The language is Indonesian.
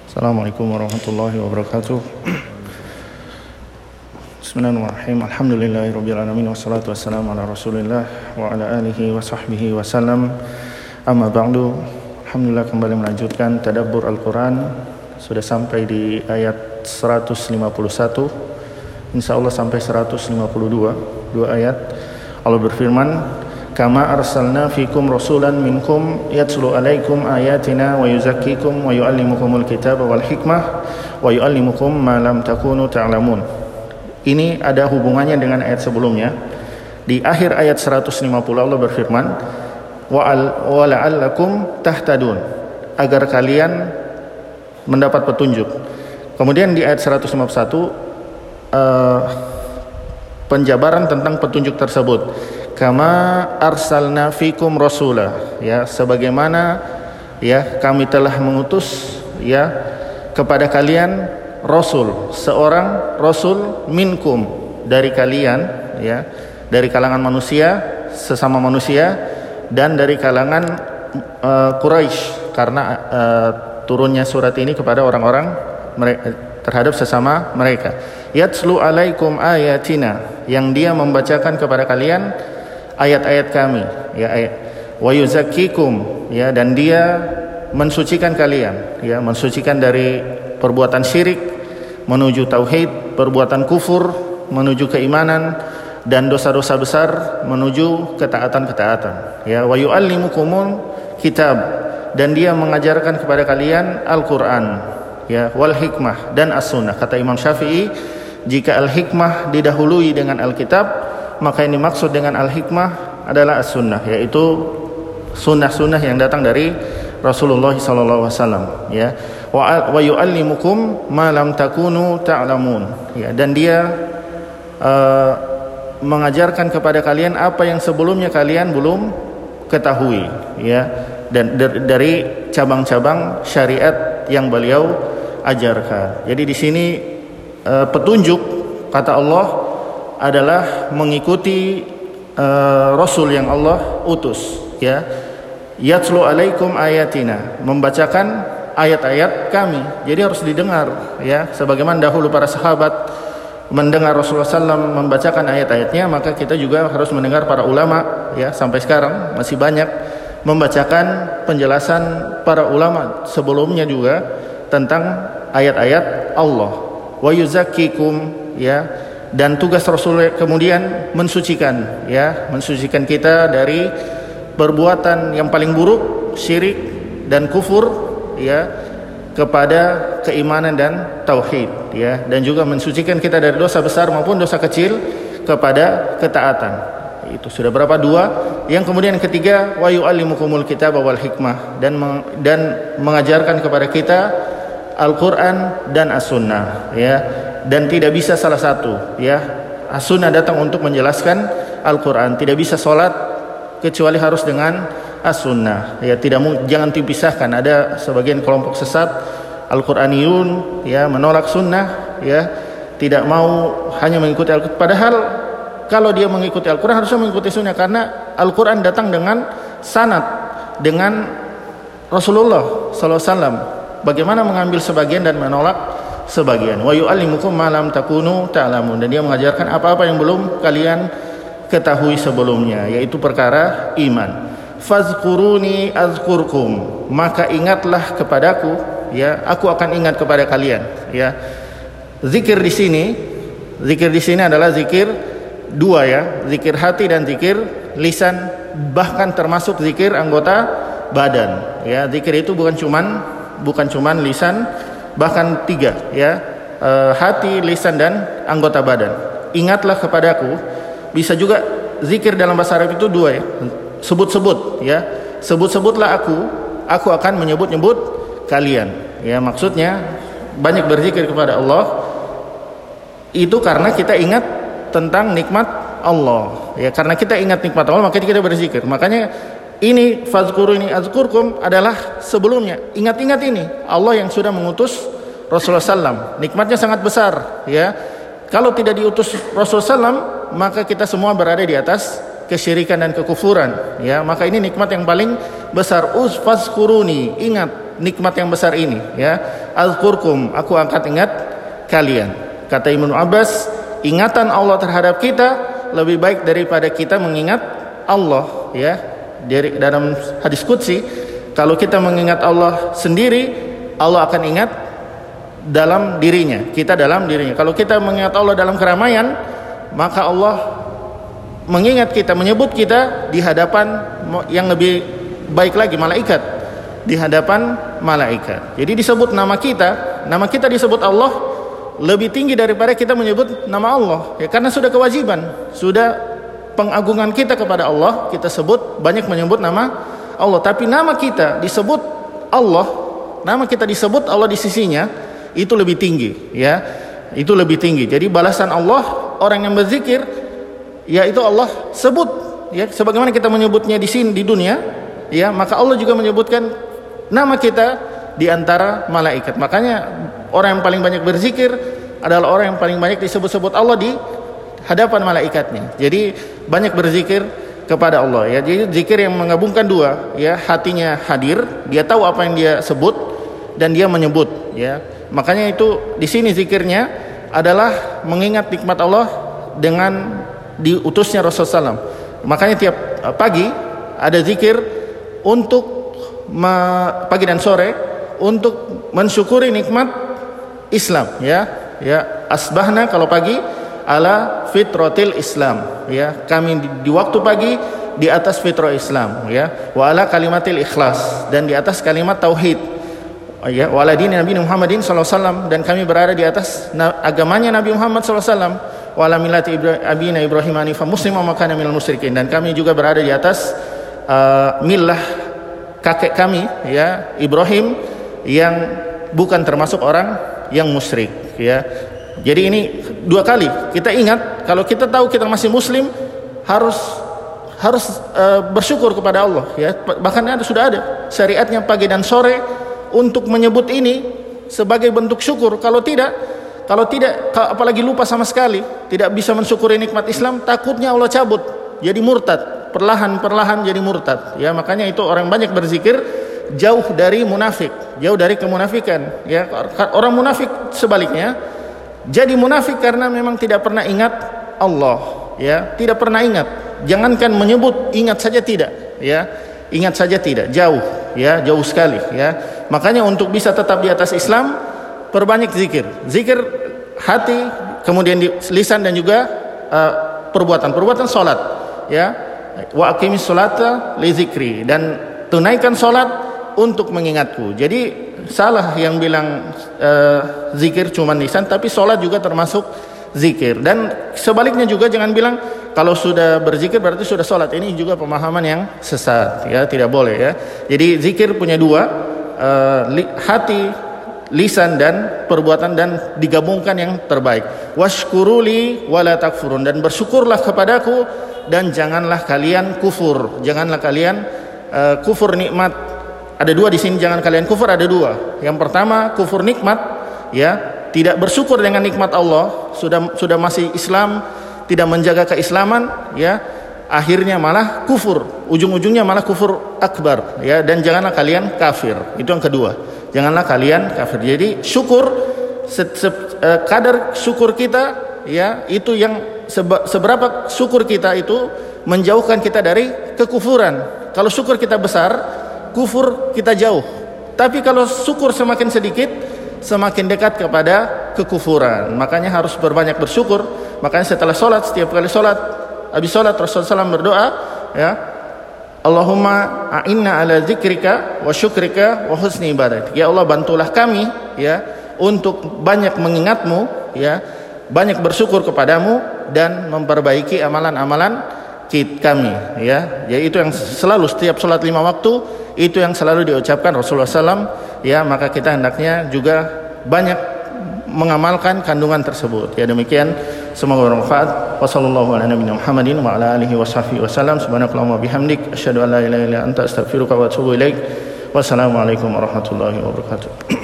Assalamualaikum warahmatullahi wabarakatuh. Bismillahirrahmanirrahim. Alhamdulillahirabbil alamin wassalatu wassalamu ala Rasulillah wa ala alihi wa sahbihi wasallam. Amma ba'du. Alhamdulillah kembali melanjutkan tadabbur Al-Qur'an. Sudah sampai di ayat 151. Insyaallah sampai 152, dua ayat. Allah berfirman, kama arsalna fikum rasulan minkum yatslu alaikum ayatina wa yuzakkikum wa yuallimukumul kitaba wal hikmah wa yuallimukum ma lam takunu ta'lamun. Ini ada hubungannya dengan ayat sebelumnya. Di akhir ayat 150 Allah berfirman, wa la'allakum tahtadun, agar kalian mendapat petunjuk. Kemudian di ayat 151 penjabaran tentang petunjuk tersebut. Kama arsalna fikum rasula, ya, sebagaimana ya kami telah mengutus ya kepada kalian rasul, seorang rasul minkum, dari kalian, ya, dari kalangan manusia, sesama manusia, dan dari kalangan Quraisy, karena turunnya surat ini kepada orang-orang terhadap sesama mereka. Yatslu alaikum ayatina, yang dia membacakan kepada kalian ayat-ayat kami, ya, wa yuzakkikum, ya, dan dia mensucikan kalian, ya, mensucikan dari perbuatan syirik menuju tauhid, perbuatan kufur menuju keimanan, dan dosa-dosa besar menuju ketaatan-ketaatan, ya, wa yuallimukumul kitab, dan dia mengajarkan kepada kalian Al-Qur'an, ya, wal hikmah, dan as-sunnah. Kata Imam Syafi'i, jika al-hikmah didahului dengan Alkitab, maka yang dimaksud dengan al-hikmah adalah as-sunnah, yaitu sunnah-sunnah yang datang dari Rasulullah SAW, ya. Wa yu'allimukum ma lam takunu ta'lamun, ya, dan dia mengajarkan kepada kalian apa yang sebelumnya kalian belum ketahui, ya, dan dari cabang-cabang syariat yang beliau ajarkan. Jadi di sini petunjuk, kata Allah, adalah mengikuti Rasul yang Allah utus, ya. Yatslu alaikum ayatina, membacakan ayat-ayat kami. Jadi harus didengar, ya. Sebagaimana dahulu para sahabat mendengar Rasulullah SAW membacakan ayat-ayatnya, maka kita juga harus mendengar para ulama, ya. Sampai sekarang masih banyak membacakan penjelasan para ulama sebelumnya juga tentang ayat-ayat Allah. Wa yuzakkikum, ya. Dan tugas Rasul kemudian mensucikan, ya, mensucikan kita dari perbuatan yang paling buruk, syirik dan kufur, ya, kepada keimanan dan tauhid, ya, dan juga mensucikan kita dari dosa besar maupun dosa kecil kepada ketaatan. Itu sudah berapa? Dua. Yang kemudian ketiga, wa yu'allimukumul kitaba wal hikmah, dan mengajarkan kepada kita Al-Qur'an dan As-Sunnah, ya. Dan tidak bisa salah satu, ya. As-Sunnah datang untuk menjelaskan Al-Qur'an. Tidak bisa sholat kecuali harus dengan As-Sunnah, ya. Jangan dipisahkan. Ada sebagian kelompok sesat Al-Qur'aniyun, ya, menolak sunnah, ya, tidak mau hanya mengikuti Al-Qur'an. Padahal kalau dia mengikuti Al-Qur'an harusnya mengikuti sunnah, karena Al-Qur'an datang dengan sanad, dengan Rasulullah SAW. Bagaimana mengambil sebagian dan menolak sebagian? Wa yu'allimukum ma lam takunu ta'lamun, dan dia mengajarkan apa-apa yang belum kalian ketahui sebelumnya, yaitu perkara iman. Fazkuruni azkurkum, maka ingatlah kepadaku, ya, aku akan ingat kepada kalian, ya. Zikir di sini adalah zikir dua, ya, zikir hati dan zikir lisan, bahkan termasuk zikir anggota badan, ya. Zikir itu bukan cuman lisan, bahkan tiga, ya, hati, lisan, dan anggota badan. Ingatlah kepadaku. Bisa juga zikir dalam bahasa Arab itu dua, ya, sebut-sebut, ya, sebut-sebutlah aku akan menyebut-nyebut kalian, ya. Maksudnya banyak berzikir kepada Allah itu karena kita ingat tentang nikmat Allah, ya. Karena kita ingat nikmat Allah, maka kita berzikir. Makanya ini fazkuruni azkurkum adalah sebelumnya. Ingat-ingat ini Allah yang sudah mengutus Rasulullah SAW. Nikmatnya sangat besar, ya. Kalau tidak diutus Rasulullah SAW, maka kita semua berada di atas kesyirikan dan kekufuran, ya, maka ini nikmat yang paling besar. Fazkuruni, ingat nikmat yang besar ini, ya. Azkurkum, aku akan ingat kalian. Kata Ibnu Abbas, ingatan Allah terhadap kita lebih baik daripada kita mengingat Allah, ya. Dari dalam hadis qudsi, kalau kita mengingat Allah sendiri, Allah akan ingat dalam dirinya, kita dalam dirinya. Kalau kita mengingat Allah dalam keramaian, maka Allah mengingat kita, menyebut kita di hadapan yang lebih baik lagi, malaikat, di hadapan malaikat. Jadi disebut nama kita disebut Allah lebih tinggi daripada kita menyebut nama Allah, ya, karena sudah kewajiban, sudah pengagungan kita kepada Allah, kita sebut, banyak menyebut nama Allah. Tapi nama kita disebut Allah, nama kita disebut Allah di sisinya, itu lebih tinggi, ya, itu lebih tinggi. Jadi balasan Allah, orang yang berzikir, yaitu Allah sebut, ya, sebagaimana kita menyebutnya di sini di dunia, ya, maka Allah juga menyebutkan nama kita di antara malaikat. Makanya orang yang paling banyak berzikir adalah orang yang paling banyak disebut-sebut Allah di hadapan malaikatnya. Jadi banyak berzikir kepada Allah, ya. Jadi zikir yang menggabungkan dua, ya, hatinya hadir, dia tahu apa yang dia sebut dan dia menyebut, ya. Makanya itu di sini zikirnya adalah mengingat nikmat Allah dengan diutusnya Rasulullah SAW. Makanya tiap pagi ada zikir untuk pagi dan sore untuk mensyukuri nikmat Islam, ya. Ya, asbahna kalau pagi ala fitratil Islam, ya. Kami di waktu pagi di atas fitrah Islam, ya. Wa ala kalimatil ikhlas, dan di atas kalimat tauhid, ya. Wa ala dini Nabi Muhammadin sallallahu alaihi wasallam, dan kami berada di atas agamanya Nabi Muhammad sallallahu alaihi wasallam. Wa ala millati abina Ibrahim hanifan musliman wa kana minal musyrikin, dan kami juga berada di atas millah kakek kami, ya, Ibrahim, yang bukan termasuk orang yang musyrik, ya. Jadi ini dua kali kita ingat, kalau kita tahu kita masih muslim, harus bersyukur kepada Allah, ya. Bahkan sudah ada syariatnya pagi dan sore untuk menyebut ini sebagai bentuk syukur. Kalau tidak, apalagi lupa sama sekali, tidak bisa mensyukuri nikmat Islam, takutnya Allah cabut, jadi murtad, perlahan jadi murtad, ya. Makanya itu orang banyak berzikir jauh dari munafik, jauh dari kemunafikan, ya. Orang munafik sebaliknya jadi munafik karena memang tidak pernah ingat Allah, ya, tidak pernah ingat. Jangankan menyebut, ingat saja tidak, ya. Ingat saja tidak, jauh, ya, jauh sekali, ya. Makanya untuk bisa tetap di atas Islam, perbanyak zikir hati, kemudian di lisan, dan juga perbuatan salat, ya. Wa aqimis sholata li zikri, dan tunaikan salat untuk mengingatku. Jadi salah yang bilang zikir cuma lisan, tapi salat juga termasuk zikir. Dan sebaliknya juga jangan bilang kalau sudah berzikir berarti sudah salat. Ini juga pemahaman yang sesat, ya, tidak boleh, ya. Jadi zikir punya dua, hati, lisan, dan perbuatan, dan digabungkan yang terbaik. Washkuruli wala takfurun, dan bersyukurlah kepadaku dan janganlah kalian kufur. Janganlah kalian kufur nikmat. Ada dua di sini, jangan kalian kufur, ada dua. Yang pertama kufur nikmat, ya, tidak bersyukur dengan nikmat Allah, sudah masih Islam, tidak menjaga keislaman, ya, akhirnya malah kufur, ujung-ujungnya malah kufur akbar, ya. Dan janganlah kalian kafir. Itu yang kedua, janganlah kalian kafir. Jadi syukur, kadar syukur kita, ya, itu yang seberapa syukur kita itu menjauhkan kita dari kekufuran. Kalau syukur kita besar, kufur kita jauh. Tapi kalau syukur semakin sedikit, semakin dekat kepada kekufuran. Makanya harus berbanyak bersyukur. Makanya setelah sholat, setiap kali sholat, habis sholat Rasulullah SAW berdoa, ya, Allahumma a'inna ala zikrika wa syukrika wa husni ibadat. Ya Allah, bantulah kami, ya, untuk banyak mengingatmu, ya, banyak bersyukur kepadamu, dan memperbaiki amalan-amalan kami, ya. Jadi itu yang selalu setiap sholat 5 waktu, itu yang selalu diucapkan Rasulullah SAW, ya. Maka kita hendaknya juga banyak mengamalkan kandungan tersebut, ya. Demikian, semoga bermanfaat. Wassallallahu ala nabiyina Muhammadin wa ala alihi washabbihi wasallam. Subhanakallahumma bihamdik, asyhadu an la ilaha illa anta, astaghfiruka wa atubu ilaik. Wassalamualaikum warahmatullahi wabarakatuh.